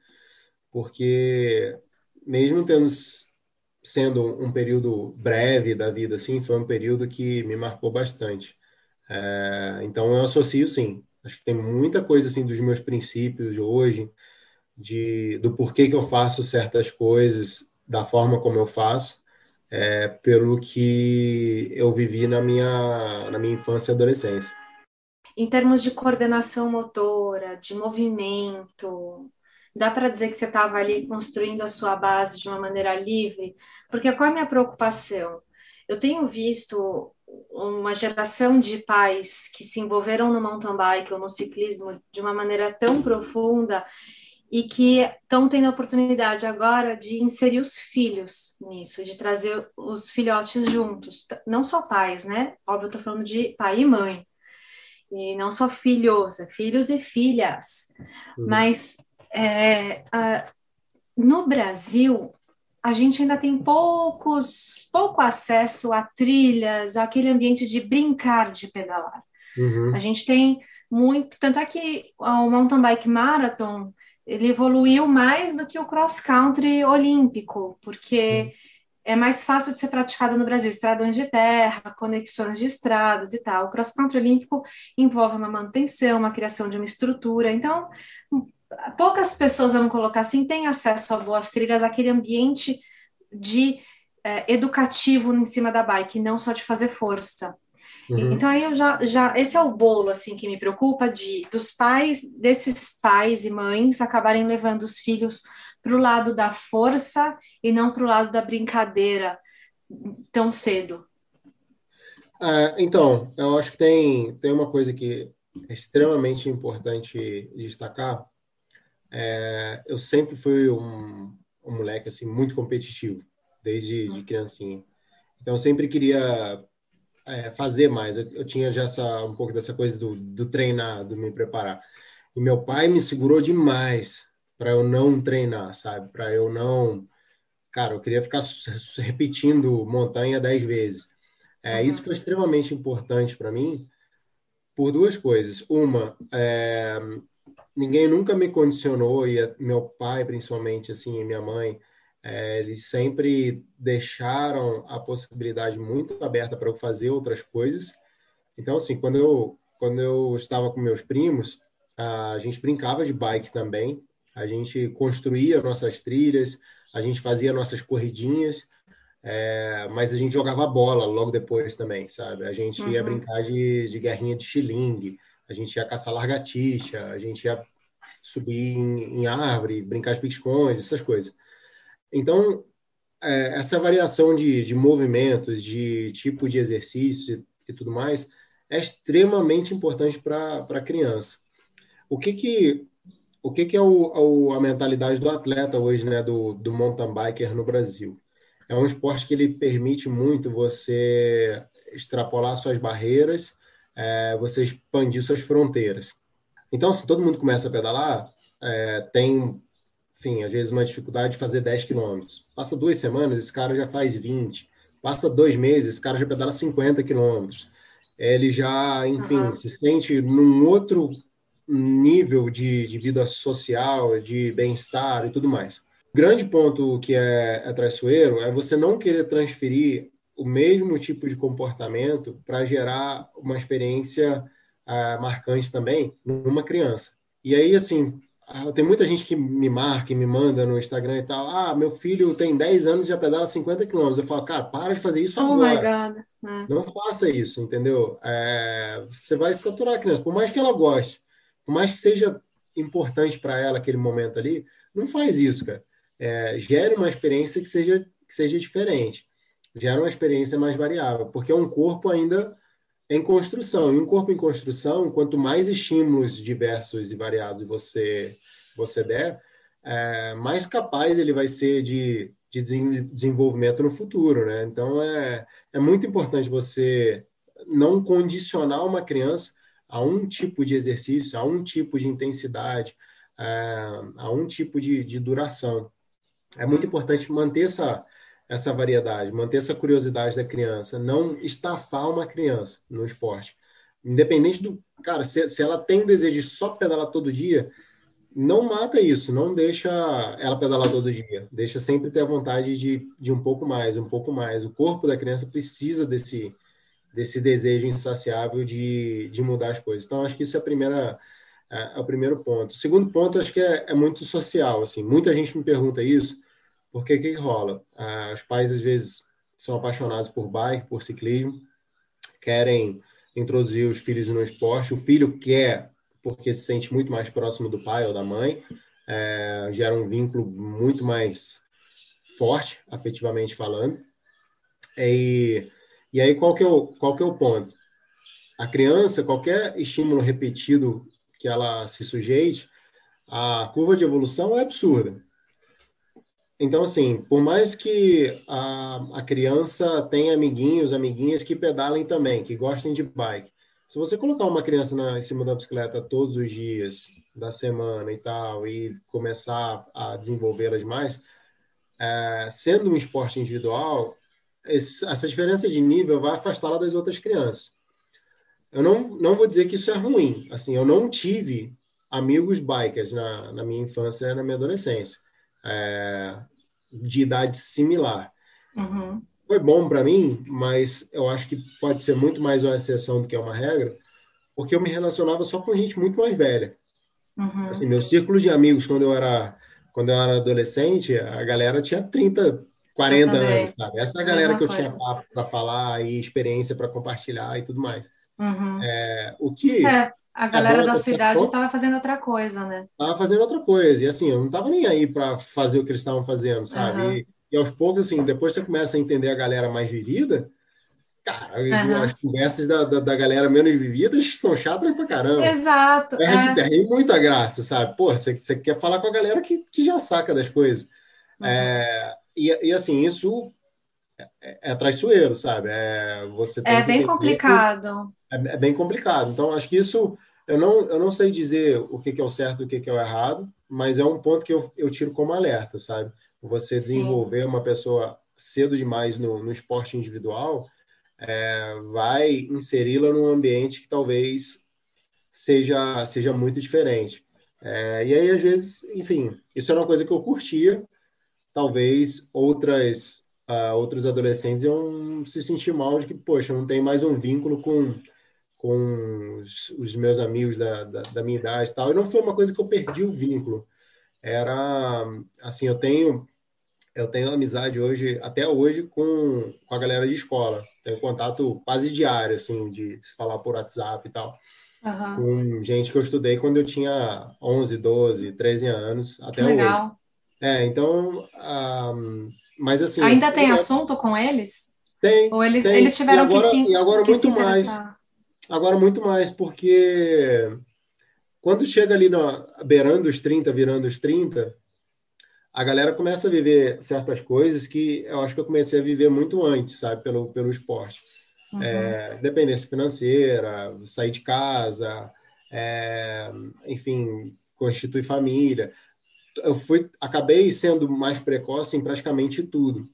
S3: porque mesmo tendo, sendo um período breve da vida, assim, foi um período que me marcou bastante. É, então eu associo, sim. Acho que tem muita coisa, assim, dos meus princípios de hoje, de, do porquê que eu faço certas coisas, da forma como eu faço, é, pelo que eu vivi na minha, na minha infância e adolescência.
S2: Em termos de coordenação motora, de movimento, dá para dizer que você estava ali construindo a sua base de uma maneira livre? Porque qual é a minha preocupação? Eu tenho visto uma geração de pais que se envolveram no mountain bike ou no ciclismo de uma maneira tão profunda e que estão tendo a oportunidade agora de inserir os filhos nisso, de trazer os filhotes juntos, não só pais, né? Óbvio, eu estou falando de pai e mãe, e não só filhos, é filhos e filhas.
S3: Uhum.
S2: Mas é, a, no Brasil, a gente ainda tem poucos, pouco acesso a trilhas, àquele ambiente de brincar de pedalar. A
S3: Uhum.
S2: gente tem muito, tanto é que o mountain bike marathon ele evoluiu mais do que o cross country olímpico, porque
S3: Uhum.
S2: é mais fácil de ser praticada no Brasil, estradões de terra, conexões de estradas e tal. O cross country olímpico envolve uma manutenção, uma criação de uma estrutura. Então, poucas pessoas, vamos colocar assim, têm acesso a boas trilhas, aquele ambiente de é, educativo em cima da bike, não só de fazer força. Então
S3: Uhum.
S2: aí eu já, já esse é o bolo assim que me preocupa de dos pais desses pais e mães acabarem levando os filhos para o lado da força e não para o lado da brincadeira tão cedo.
S3: É, então, eu acho que tem, tem uma coisa que é extremamente importante destacar. É, eu sempre fui um, um moleque assim muito competitivo, desde de criancinha. Então, eu sempre queria é, fazer mais. Eu, eu tinha já essa, um pouco dessa coisa do, do treinar, do me preparar. E meu pai me segurou demais para eu não treinar, sabe? Para eu não. Cara, eu queria ficar s- repetindo montanha dez vezes. É, isso
S2: Uhum,
S3: foi extremamente importante para mim por duas coisas. Uma, é, ninguém nunca me condicionou, e a- meu pai, principalmente, assim, e minha mãe, é, eles sempre deixaram a possibilidade muito aberta para eu fazer outras coisas. Então, assim, quando eu, quando eu estava com meus primos, a gente brincava de bike também, a gente construía nossas trilhas, a gente fazia nossas corridinhas, é, mas a gente jogava bola logo depois também, sabe? A gente ia
S2: uhum,
S3: brincar de, de guerrinha de xilingue, a gente ia caçar largatixa, a gente ia subir em, em árvore, brincar de pique-esconde, essas coisas. Então, é, essa variação de, de movimentos, de tipo de exercício e, e tudo mais, é extremamente importante para a criança. O que que, o que, que é o, o- a mentalidade do atleta hoje, né, do, do mountain biker no Brasil? É um esporte que ele permite muito você extrapolar suas barreiras, é, você expandir suas fronteiras. Então, se todo mundo começa a pedalar, é, tem, enfim, às vezes uma dificuldade de fazer dez quilômetros. Passa duas semanas, esse cara já faz vinte. Passa dois meses, esse cara já pedala cinquenta quilômetros. Ele já, enfim,
S2: uhum.
S3: se sente num outro nível de, de vida social, de bem-estar e tudo mais. O grande ponto que é, é traiçoeiro é você não querer transferir o mesmo tipo de comportamento para gerar uma experiência uh, marcante também numa criança. E aí, assim, ah, tem muita gente que me marca e me manda no Instagram e tal. Ah, meu filho tem dez anos e já pedala cinquenta quilômetros. Eu falo, cara, para de fazer isso
S2: Oh my
S3: agora.
S2: God. É.
S3: Não faça isso, entendeu? É, você vai saturar a criança. Por mais que ela goste, por mais que seja importante para ela aquele momento ali, não faz isso, cara. É, gere uma experiência que seja, que seja diferente. Gera uma experiência mais variável, porque é um corpo ainda em construção. E um corpo em construção, quanto mais estímulos diversos e variados você, você der, é, mais capaz ele vai ser de, de desenvolvimento no futuro, né? Então, é, é muito importante você não condicionar uma criança a um tipo de exercício, a um tipo de intensidade, a, a um tipo de, de duração. É muito importante manter essa, essa variedade, manter essa curiosidade da criança, não estafar uma criança no esporte. Independente do... Cara, se, se ela tem o desejo de só pedalar todo dia, não mata isso, não deixa ela pedalar todo dia. Deixa sempre ter a vontade de, de um pouco mais, um pouco mais. O corpo da criança precisa desse, desse desejo insaciável de, de mudar as coisas. Então, acho que isso é, a primeira, é, é o primeiro ponto. O segundo ponto, acho que é, é muito social. Assim. Muita gente me pergunta isso, porque o que rola? Ah, os pais, às vezes, são apaixonados por bike, por ciclismo, querem introduzir os filhos no esporte. O filho quer, porque se sente muito mais próximo do pai ou da mãe, é, gera um vínculo muito mais forte, afetivamente falando. E, e aí, qual que, é o, qual que é o ponto? A criança, qualquer estímulo repetido que ela se sujeite, a curva de evolução é absurda. Então, assim, por mais que a, a criança tenha amiguinhos, amiguinhas que pedalem também, que gostem de bike, se você colocar uma criança na, em cima da bicicleta todos os dias da semana e tal, e começar a desenvolvê-las mais, é, sendo um esporte individual, esse, essa diferença de nível vai afastá-la das outras crianças. Eu não, não vou dizer que isso é ruim. Assim, eu não tive amigos bikers na, na minha infância e na minha adolescência. É, de idade similar.
S2: Uhum.
S3: Foi bom para mim, mas eu acho que pode ser muito mais uma exceção do que uma regra, porque eu me relacionava só com gente muito mais velha.
S2: Uhum.
S3: Assim, meu círculo de amigos, quando eu era, quando eu era adolescente, a galera tinha trinta, quarenta anos, sabe? Essa é a galera
S2: Mesma
S3: que eu
S2: coisa.
S3: tinha papo para falar e experiência para compartilhar e tudo mais.
S2: Uhum.
S3: É, o que
S2: É, a
S3: é
S2: galera
S3: bom
S2: da
S3: até
S2: sua
S3: certo
S2: idade
S3: ponto,
S2: estava fazendo outra coisa, né?
S3: tava fazendo outra coisa. E assim, eu não tava nem aí para fazer o que eles estavam fazendo, sabe?
S2: Uhum.
S3: E, e aos poucos, assim, depois você começa a entender a galera mais vivida, cara, as
S2: Uhum.
S3: conversas da, da, da galera menos vividas são chatas pra caramba.
S2: Exato,
S3: Perde,
S2: é.
S3: perde muita graça, sabe? Pô, você, você quer falar com a galera que, que já saca das coisas.
S2: Uhum.
S3: É, e, e assim, isso é, é traiçoeiro, sabe? É, você tem
S2: É
S3: que
S2: bem
S3: entender que
S2: complicado.
S3: é, é bem complicado. Então, acho que isso, eu não, eu não sei dizer o que, que é o certo e o que, que é o errado, mas é um ponto que eu, eu tiro como alerta, sabe? Você
S2: Sim,
S3: desenvolver uma pessoa cedo demais no, no esporte individual é, vai inseri-la num ambiente que talvez seja, seja muito diferente. É, e aí, às vezes, enfim, isso era uma coisa que eu curtia, talvez outras, uh, outros adolescentes iam se sentir mal de que, poxa, não tem mais um vínculo com com os, os meus amigos da, da, da minha idade e tal. E não foi uma coisa que eu perdi o vínculo. Era, assim, eu tenho, eu tenho amizade hoje, até hoje, com, com a galera de escola. Tenho contato quase diário, assim, de se falar por WhatsApp e tal.
S2: uhum.
S3: Com gente que eu estudei quando eu tinha onze, doze, treze anos,
S2: Que
S3: até hoje.
S2: legal.
S3: É, então, ah, mas assim, eu,
S2: Ainda
S3: eu me
S2: tem
S3: lembro,
S2: assunto com eles?
S3: tem,
S2: Ou eles,
S3: tem,
S2: eles
S3: e
S2: tiveram que
S3: agora,
S2: se,
S3: e agora
S2: que se
S3: muito mais.
S2: interessar?
S3: Agora muito mais, porque quando chega ali na, beirando os trinta, virando os trinta, a galera começa a viver certas coisas que eu acho que eu comecei a viver muito antes, sabe, pelo, pelo esporte.
S2: Uhum.
S3: É, dependência financeira, sair de casa, é, enfim, constituir família. Eu fui, acabei sendo mais precoce em praticamente tudo.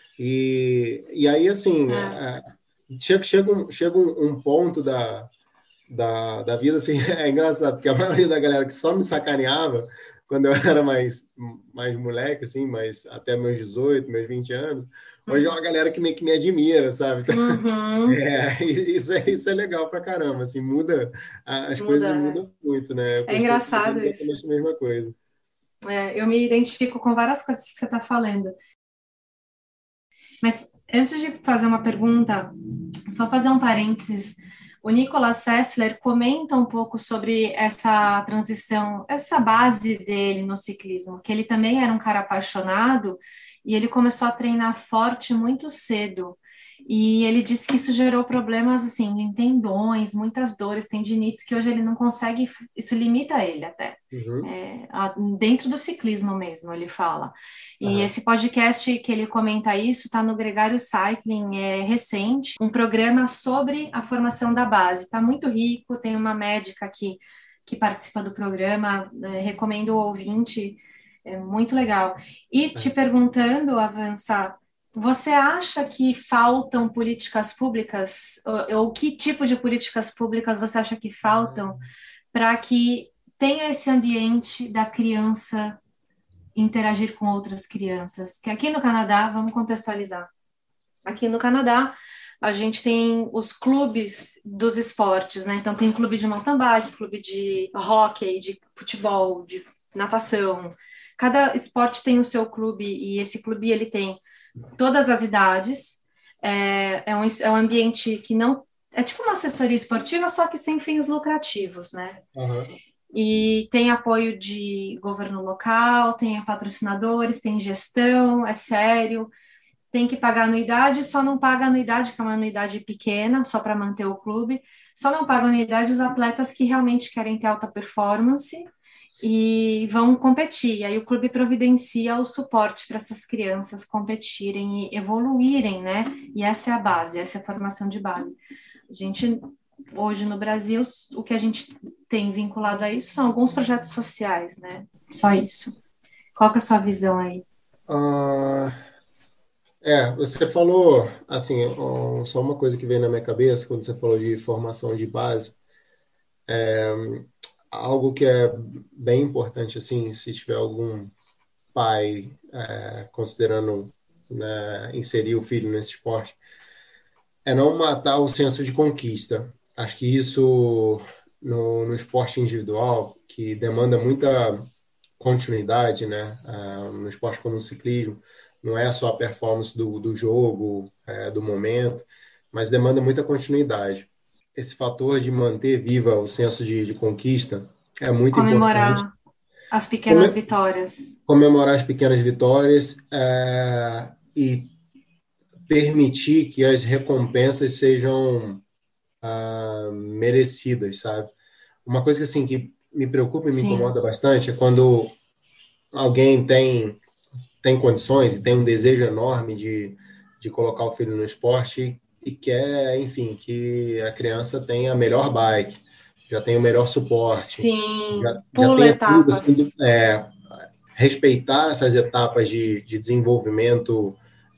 S3: E, e aí, assim,
S2: É.
S3: é, chega, chega, um, chega um, um ponto da, da, da vida, assim, é engraçado, porque a maioria da galera que só me sacaneava quando eu era mais, mais moleque, assim, mas até meus dezoito, meus vinte anos, hoje é
S2: Uhum.
S3: uma galera que meio que me admira, sabe? Então,
S2: Uhum.
S3: é, isso é, isso é legal pra caramba, assim, muda, as coisas
S2: Muda.
S3: mudam muito, né? Eu
S2: É
S3: continuo fazendo
S2: engraçado isso.
S3: exatamente a mesma coisa.
S2: É, eu me identifico com várias coisas que você está falando. Mas antes de fazer uma pergunta, só fazer um parênteses. O Nicolas Sessler comenta um pouco sobre essa transição, essa base dele no ciclismo, que ele também era um cara apaixonado e ele começou a treinar forte muito cedo. E ele disse que isso gerou problemas, assim, em tendões, muitas dores, tendinites, que hoje ele não consegue, isso limita ele até.
S3: Uhum.
S2: É, a- dentro do ciclismo mesmo, ele fala. E
S3: Aham.
S2: esse podcast que ele comenta isso está no Gregário Cycling, é recente, um programa sobre a formação da base. Está muito rico, tem uma médica aqui que participa do programa, é, recomendo o ouvinte, é muito legal. E te perguntando, Avançar, você acha que faltam políticas públicas, ou, ou que tipo de políticas públicas você acha que faltam para que tenha esse ambiente da criança interagir com outras crianças? Que aqui no Canadá, vamos contextualizar, aqui no Canadá, a gente tem os clubes dos esportes, né? Então tem clube de mountain bike, clube de hóquei, de futebol, de natação. Cada esporte tem o seu clube e esse clube ele tem todas as idades. É, é, um, é um ambiente que não é tipo uma assessoria esportiva, só que sem fins lucrativos, né?
S3: Aham.
S2: E tem apoio de governo local, tem patrocinadores, tem gestão, é sério, tem que pagar anuidade, só não paga anuidade, que é uma anuidade pequena, só para manter o clube, só não paga anuidade os atletas que realmente querem ter alta performance e vão competir. E aí o clube providencia o suporte para essas crianças competirem e evoluírem, né? E essa é a base, essa é a formação de base. A gente, hoje no Brasil, o que a gente tem vinculado a isso são alguns projetos sociais, né? Só isso. Qual que é a sua visão aí?
S3: Ah, é, você falou, assim, ó, só uma coisa que veio na minha cabeça quando você falou de formação de base, algo que é bem importante, assim, se tiver algum pai é, considerando, né, inserir o filho nesse esporte, é não matar o senso de conquista. Acho que isso no, no esporte individual, que demanda muita continuidade, né? Ah, no esporte como o ciclismo, não é só a performance do, do jogo, é, do momento, mas demanda muita continuidade. Esse fator de manter viva o senso de, de conquista é muito importante.
S2: Comemorar as pequenas
S3: Come-
S2: vitórias.
S3: Comemorar as pequenas vitórias é, e permitir que as recompensas sejam ah, merecidas, sabe? Uma coisa que, assim, que me preocupa e me
S2: Sim,
S3: incomoda bastante é quando alguém tem, tem condições e tem um desejo enorme de, de colocar o filho no esporte e quer, enfim, que a criança tenha a melhor bike, já tenha o melhor suporte, já,
S2: sim,
S3: já
S2: pula
S3: tenha tudo, assim, do-
S2: etapas.
S3: é, respeitar essas etapas de, de desenvolvimento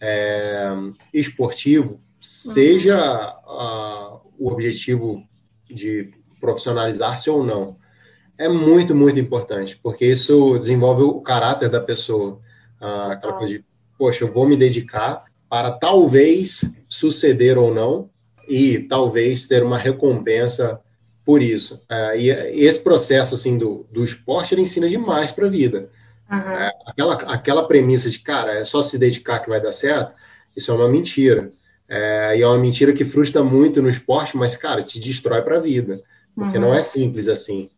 S3: é, esportivo, seja
S2: Uhum,
S3: a, o objetivo de profissionalizar-se ou não. É muito, muito importante, porque isso desenvolve o caráter da pessoa. Ah, aquela
S2: total.
S3: coisa de, poxa, eu vou me dedicar para talvez suceder ou não, e talvez ter uma recompensa por isso. Ah, e esse processo assim do, do esporte ele ensina demais para a vida.
S2: Uhum,
S3: Aquela, aquela premissa de, cara, é só se dedicar que vai dar certo, isso é uma mentira. É, e é uma mentira que frustra muito no esporte, mas, cara, te destrói para a vida, porque não é
S2: uhum.
S3: simples assim.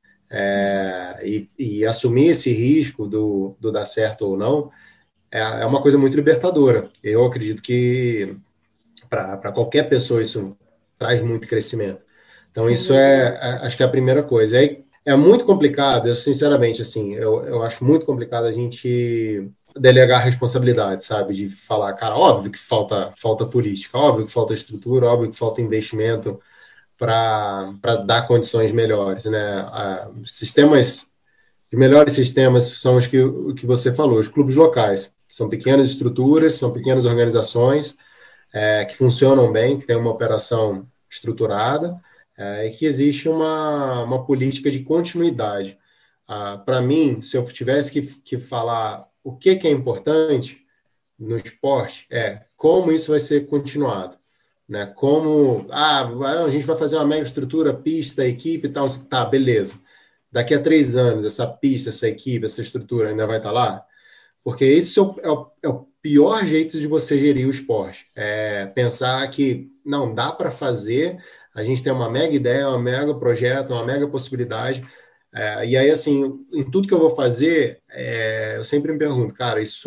S3: É, e, e assumir esse risco do, do dar certo ou não é, é uma coisa muito libertadora. Eu acredito que para qualquer pessoa isso traz muito crescimento. Então,
S2: Sem
S3: isso é,
S2: dúvida.
S3: é- acho que é a primeira coisa. É, é muito complicado, eu sinceramente, assim, eu, eu acho muito complicado a gente delegar responsabilidade, sabe? De falar, cara, óbvio que falta, falta política, óbvio que falta estrutura, óbvio que falta investimento para para dar condições melhores, né? Ah, sistemas, os melhores sistemas são os que, o que você falou, os clubes locais. São pequenas estruturas, são pequenas organizações, é, que funcionam bem, que tem uma operação estruturada, é, e que existe uma, uma política de continuidade. Ah, para mim, se eu tivesse que, que falar o que, que é importante no esporte, é como isso vai ser continuado. Né? Como, ah, a gente vai fazer uma mega estrutura, pista, equipe e tal, tá, beleza. Daqui a três anos, essa pista, essa equipe, essa estrutura ainda vai estar lá? Porque esse é o, é o, é o pior jeito de você gerir o esporte. É pensar que não dá para fazer, a gente tem uma mega ideia, uma mega projeto, uma mega possibilidade. É, e aí, assim, em tudo que eu vou fazer, é, eu sempre me pergunto, cara, isso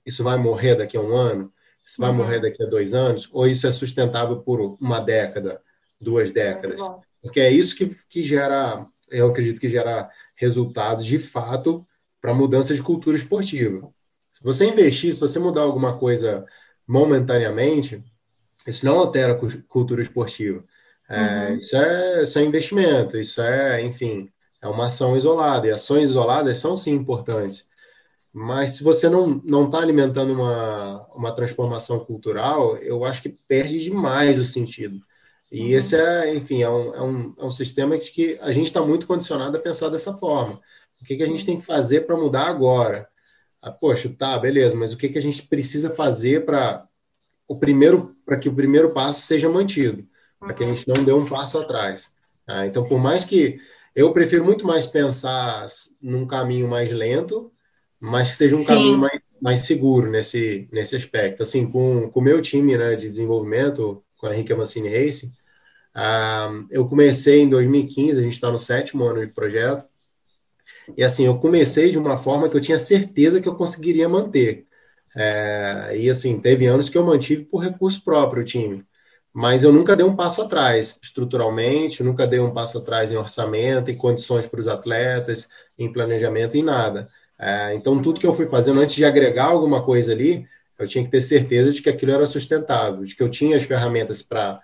S3: isso vai morrer daqui a um ano? Isso vai
S2: Uhum.
S3: morrer daqui a dois anos? Ou isso é sustentável por uma década, duas décadas? Porque é isso que, que gera, eu acredito que gera resultados de fato para mudança de cultura esportiva. Se você investir, se você mudar alguma coisa momentaneamente, isso não altera a cu- cultura esportiva. É,
S2: Uhum.
S3: isso é, isso é investimento, isso é, enfim, é uma ação isolada. E ações isoladas são sim importantes. Mas se você não não está alimentando uma, uma transformação cultural, eu acho que perde demais o sentido. E esse
S2: Uhum.
S3: é, enfim, é um, é um, é um sistema que a gente está muito condicionado a pensar dessa forma. O que, que a gente
S2: Sim.
S3: tem que fazer para mudar agora? Ah, poxa, tá, beleza, mas o que, que a gente precisa fazer para o primeiro, para que o primeiro passo seja mantido, para que a
S2: Uhum.
S3: gente não dê um passo atrás. Ah, então, por mais que eu prefiro muito mais pensar num caminho mais lento, mas que seja um caminho
S2: Sim.
S3: mais, mais seguro nesse, nesse aspecto. Assim, com com o meu time, né, de desenvolvimento, com a Henrique Avancini Racing, ah, eu comecei em dois mil e quinze, a gente está no sétimo ano de projeto, e assim, eu comecei de uma forma que eu tinha certeza que eu conseguiria manter. É, e assim, teve anos que eu mantive por recurso próprio o time. Mas eu nunca dei um passo atrás, estruturalmente, nunca dei um passo atrás em orçamento, em condições para os atletas, em planejamento, em nada. É, então, tudo que eu fui fazendo antes de agregar alguma coisa ali, eu tinha que ter certeza de que aquilo era sustentável, de que eu tinha as ferramentas para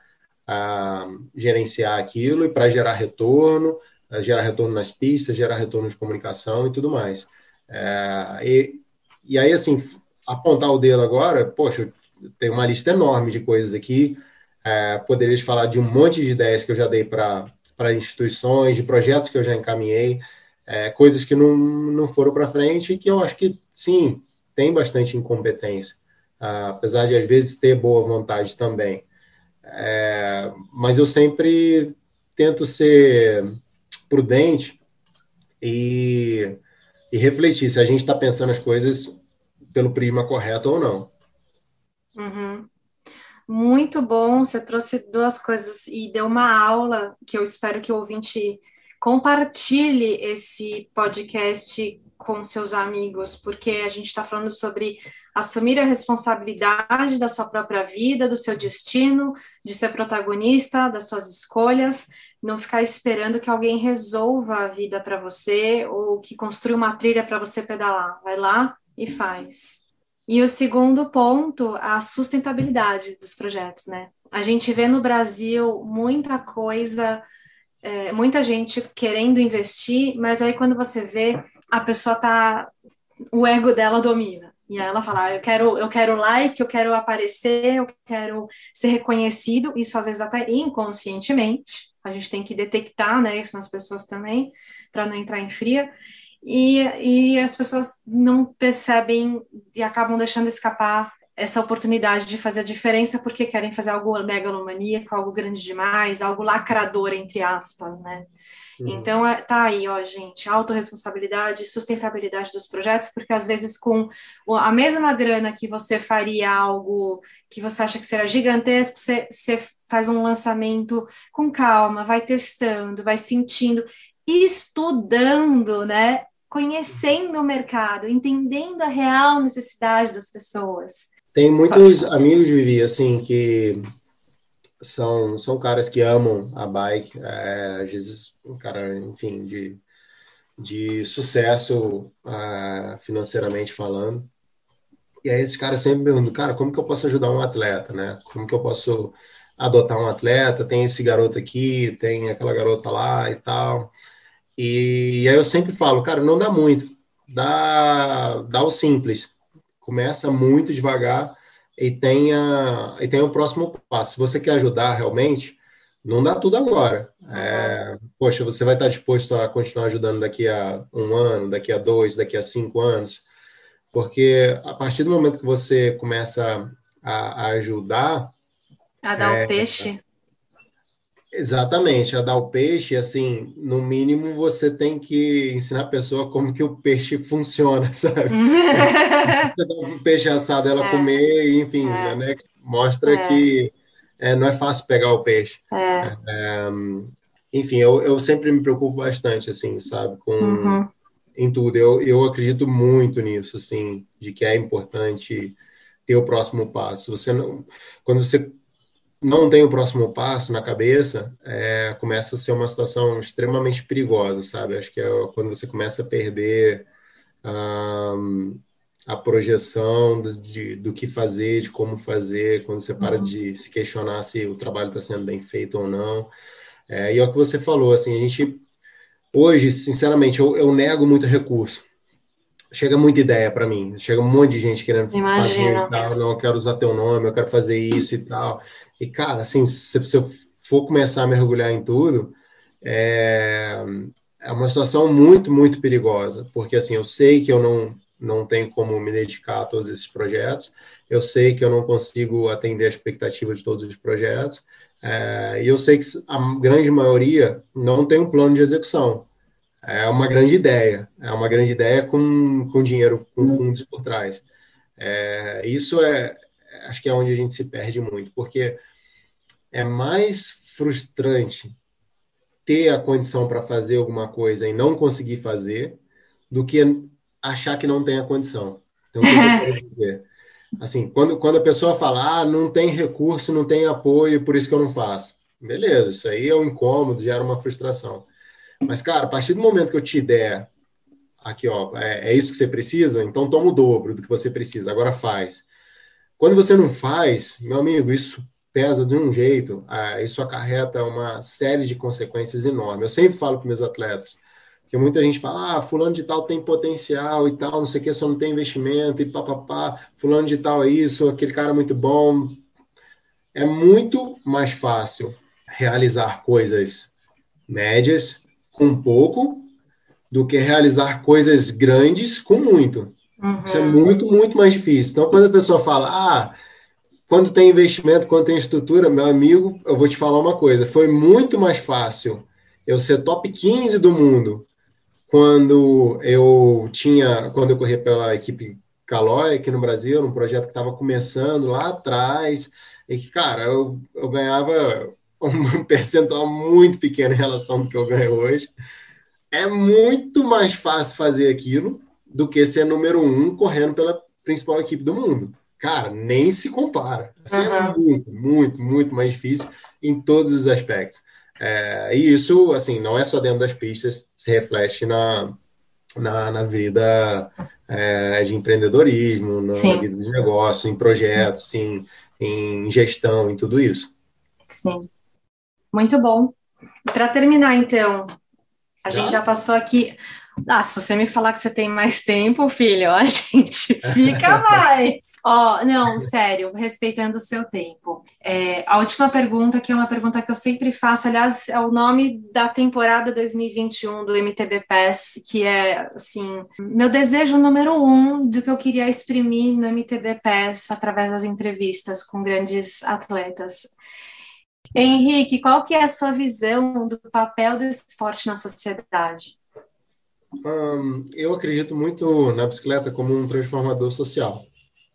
S3: gerenciar aquilo e para gerar retorno, a gerar retorno nas pistas, gerar retorno de comunicação e tudo mais. É, e, e aí, assim, apontar o dedo agora, poxa, tem uma lista enorme de coisas aqui, é, poderia te falar de um monte de ideias que eu já dei para para instituições, de projetos que eu já encaminhei, é, coisas que não, não foram para frente e que eu acho que, sim, tem bastante incompetência, ah, apesar de, às vezes, ter boa vontade também. É, mas eu sempre tento ser prudente e, e refletir se a gente está pensando as coisas pelo prisma correto ou não.
S2: Uhum. Muito bom, você trouxe duas coisas e deu uma aula que eu espero que o ouvinte compartilhe esse podcast com seus amigos, porque a gente está falando sobre assumir a responsabilidade da sua própria vida, do seu destino, de ser protagonista das suas escolhas, não ficar esperando que alguém resolva a vida para você ou que construa uma trilha para você pedalar. Vai lá e faz. E o segundo ponto, a sustentabilidade dos projetos, né? A gente vê no Brasil muita coisa, é, muita gente querendo investir, mas aí quando você vê, a pessoa tá, o ego dela domina. E aí ela fala, ah, eu quero, eu quero like, eu quero aparecer, eu quero ser reconhecido, isso às vezes até inconscientemente, a gente tem que detectar, né, isso nas pessoas também, para não entrar em fria. E, e as pessoas não percebem e acabam deixando escapar essa oportunidade de fazer a diferença porque querem fazer algo megalomaníaco, algo grande demais, algo lacrador, entre aspas, né?
S3: Uhum.
S2: Então, tá aí, ó, gente, autorresponsabilidade, sustentabilidade dos projetos, porque às vezes com a mesma grana que você faria algo que você acha que será gigantesco, você, você faz um lançamento com calma, vai testando, vai sentindo, estudando, né? Conhecendo o mercado, entendendo a real necessidade das pessoas.
S3: Tem
S2: Pode
S3: muitos
S2: falar.
S3: amigos, Vivi, assim, que são, são caras que amam a bike, é, às vezes um cara, enfim, de, de sucesso, ah, financeiramente falando. E aí esses caras sempre me perguntam, cara, como que eu posso ajudar um atleta, né? Como que eu posso adotar um atleta? Tem esse garoto aqui, tem aquela garota lá e tal. E, e aí eu sempre falo, cara, não dá muito, dá, dá o simples. Começa muito devagar e tenha, e tenha o próximo passo. Se você quer ajudar realmente, não dá tudo agora.
S2: Uhum.
S3: É, poxa, você vai estar disposto a continuar ajudando daqui a um ano, daqui a dois, daqui a cinco anos? Porque a partir do momento que você começa a, a ajudar,
S2: A dar o peixe.
S3: exatamente, a dar o peixe, assim, no mínimo você tem que ensinar a pessoa como que o peixe funciona, sabe? Você dá um peixe assado ela
S2: É,
S3: comer, enfim,
S2: é,
S3: né? Mostra
S2: é,
S3: que é, não é fácil pegar o peixe.
S2: é.
S3: É, enfim, eu, eu sempre me preocupo bastante, assim, sabe? Com,
S2: Uhum.
S3: em tudo. Eu, eu acredito muito nisso, assim, de que é importante ter o próximo passo. Você não, quando você não tem o próximo passo na cabeça, é, começa a ser uma situação extremamente perigosa, sabe? Acho que é quando você começa a perder a, a projeção do, de, do que fazer, de como fazer, quando você para
S2: Uhum.
S3: de se questionar se o trabalho está sendo bem feito ou não. É, e é o que você falou, assim, a gente, hoje, sinceramente, eu, eu nego muito recurso. Chega muita ideia para mim, chega um monte de gente querendo fazer e
S2: Imagino.
S3: tal, não, eu quero usar teu nome, eu quero fazer isso e tal. E, cara, assim, se, se eu for começar a mergulhar em tudo, é, é uma situação muito, muito perigosa, porque, assim, eu sei que eu não, não tenho como me dedicar a todos esses projetos, eu sei que eu não consigo atender a expectativa de todos os projetos, é, e eu sei que a grande maioria não tem um plano de execução. É uma grande ideia, é uma grande ideia com, com dinheiro, com fundos por trás. É, isso é, acho que é onde a gente se perde muito, porque é mais frustrante ter a condição para fazer alguma coisa e não conseguir fazer do que achar que não tem a condição. Então, o que, que eu quero dizer? Assim, quando, quando a pessoa fala, ah, não tem recurso, não tem apoio, por isso que eu não faço. Beleza, isso aí é um incômodo, gera uma frustração. Mas, cara, a partir do momento que eu te der aqui, ó, é, é isso que você precisa, então toma o dobro do que você precisa, agora faz. Quando você não faz, meu amigo, isso pesa de um jeito, ah, isso acarreta uma série de consequências enormes. Eu sempre falo para meus atletas, que muita gente fala, ah, fulano de tal tem potencial e tal, não sei o que, só não tem investimento e papapá, fulano de tal é isso, aquele cara é muito bom. É muito mais fácil realizar coisas médias com pouco do que realizar coisas grandes com muito. Isso é
S2: Uhum.
S3: muito, muito mais difícil. Então, quando a pessoa fala, ah, quando tem investimento, quando tem estrutura, meu amigo, eu vou te falar uma coisa, foi muito mais fácil eu ser top quinze do mundo quando eu tinha, quando eu corri pela equipe Caloi aqui no Brasil, num projeto que estava começando lá atrás, e que, cara, eu, eu ganhava um percentual muito pequeno em relação ao que eu ganho hoje. É muito mais fácil fazer aquilo do que ser número um correndo pela principal equipe do mundo. Cara, nem se compara. Assim, é
S2: Uhum.
S3: muito, muito, muito mais difícil em todos os aspectos. É, e isso, assim, não é só dentro das pistas, se reflete na, na, na vida é, de empreendedorismo, na, na
S2: Sim,
S3: vida de negócio, em projetos, em, em gestão, em tudo isso.
S2: sim. Muito bom. Para terminar, então, a gente
S3: Já?
S2: já passou aqui. Ah, se você me falar que você tem mais tempo, filho, a gente fica mais. Ó, não, sério, respeitando o seu tempo. É, a última pergunta, que é uma pergunta que eu sempre faço, aliás, é o nome da temporada dois mil e vinte e um do M T B Pass, que é, assim, meu desejo número um do que eu queria exprimir no M T B Pass através das entrevistas com grandes atletas. Henrique, qual que é a sua visão do papel do esporte na sociedade?
S3: Hum, eu acredito muito na bicicleta como um transformador social,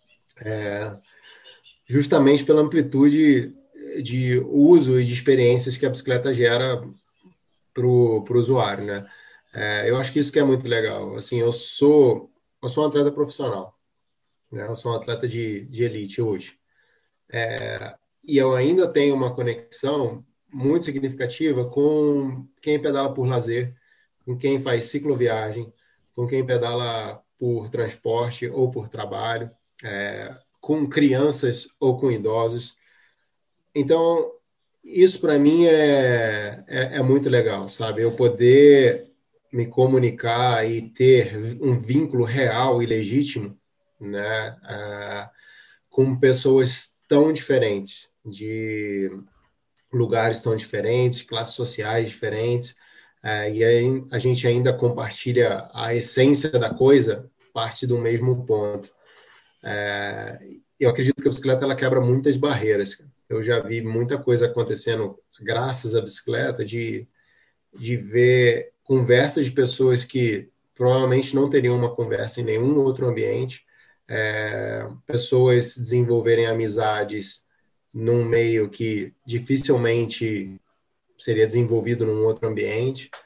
S3: justamente pela amplitude de uso e de experiências que a bicicleta gera para o usuário, né? É, eu acho que isso que é muito legal. Assim, eu sou, eu sou um atleta profissional, né? Eu sou um atleta de, de elite hoje. E eu ainda tenho uma conexão muito significativa com quem pedala por lazer, com quem faz cicloviagem, com quem pedala por transporte ou por trabalho, é, com crianças ou com idosos. Então, isso para mim é, é, é muito legal, sabe? Eu poder me comunicar e ter um vínculo real e legítimo, né, é, com pessoas tão diferentes, de lugares tão diferentes, classes sociais diferentes, é, e aí a gente ainda compartilha a essência da coisa, parte do mesmo ponto. É, eu acredito que a bicicleta ela quebra muitas barreiras. Eu já vi muita coisa acontecendo graças à bicicleta, de, de ver conversas de pessoas que provavelmente não teriam uma conversa em nenhum outro ambiente, é, pessoas desenvolverem amizades num meio que dificilmente seria desenvolvido num outro ambiente.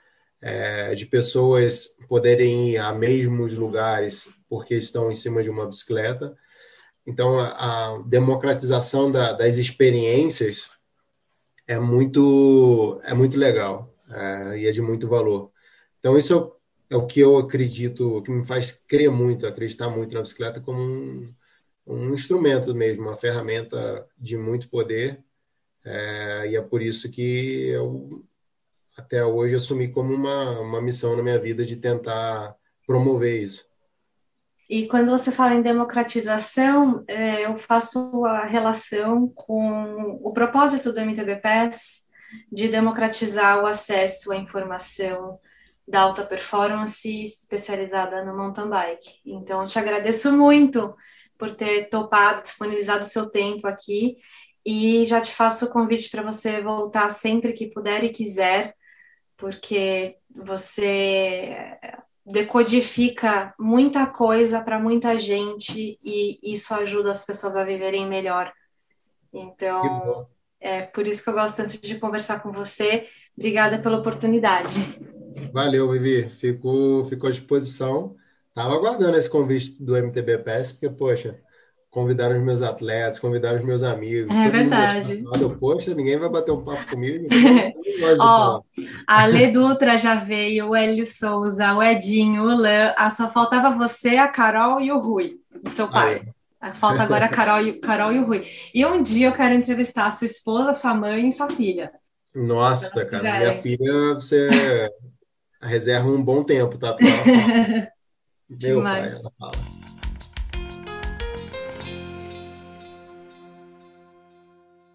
S3: é, de pessoas poderem ir a mesmos lugares porque estão em cima de uma bicicleta. Então, a, a democratização da, das experiências é muito, é muito legal, é, e é de muito valor. Então, isso é o que eu acredito, que me faz crer muito, acreditar muito na bicicleta como um, um instrumento mesmo, uma ferramenta de muito poder, é, e é por isso que eu, até hoje, assumi como uma, uma missão na minha vida de tentar promover isso.
S2: E quando você fala em democratização, é, eu faço a relação com o propósito do M T B Pass de democratizar o acesso à informação da alta performance especializada no mountain bike. Então, eu te agradeço muito por ter topado, disponibilizado o seu tempo aqui, e já te faço o convite para você voltar sempre que puder e quiser, porque você decodifica muita coisa para muita gente e isso ajuda as pessoas a viverem melhor. Então, é por isso que eu gosto tanto de conversar com você. Obrigada pela oportunidade.
S3: Valeu, Vivi. Fico, fico à disposição. Estava aguardando esse convite do M T B Pass, porque, poxa, convidaram os meus atletas, convidaram os meus amigos.
S2: É
S3: todo
S2: verdade.
S3: mundo gostava. Poxa, ninguém vai bater um papo comigo. Eu gosto de falar.
S2: Ó, a Lê Dutra já veio, o Hélio Souza, o Edinho, o Lan. Ah, só faltava você, a Carol e o Rui, do seu pai.
S3: Aí.
S2: Falta agora a Carol e, Carol e o Rui. E um dia eu quero entrevistar a sua esposa, sua mãe e sua filha.
S3: Nossa, cara, minha filha, você reserva um bom tempo, tá? Porque ela fala. Meu pai,
S2: Demais.
S3: ela fala.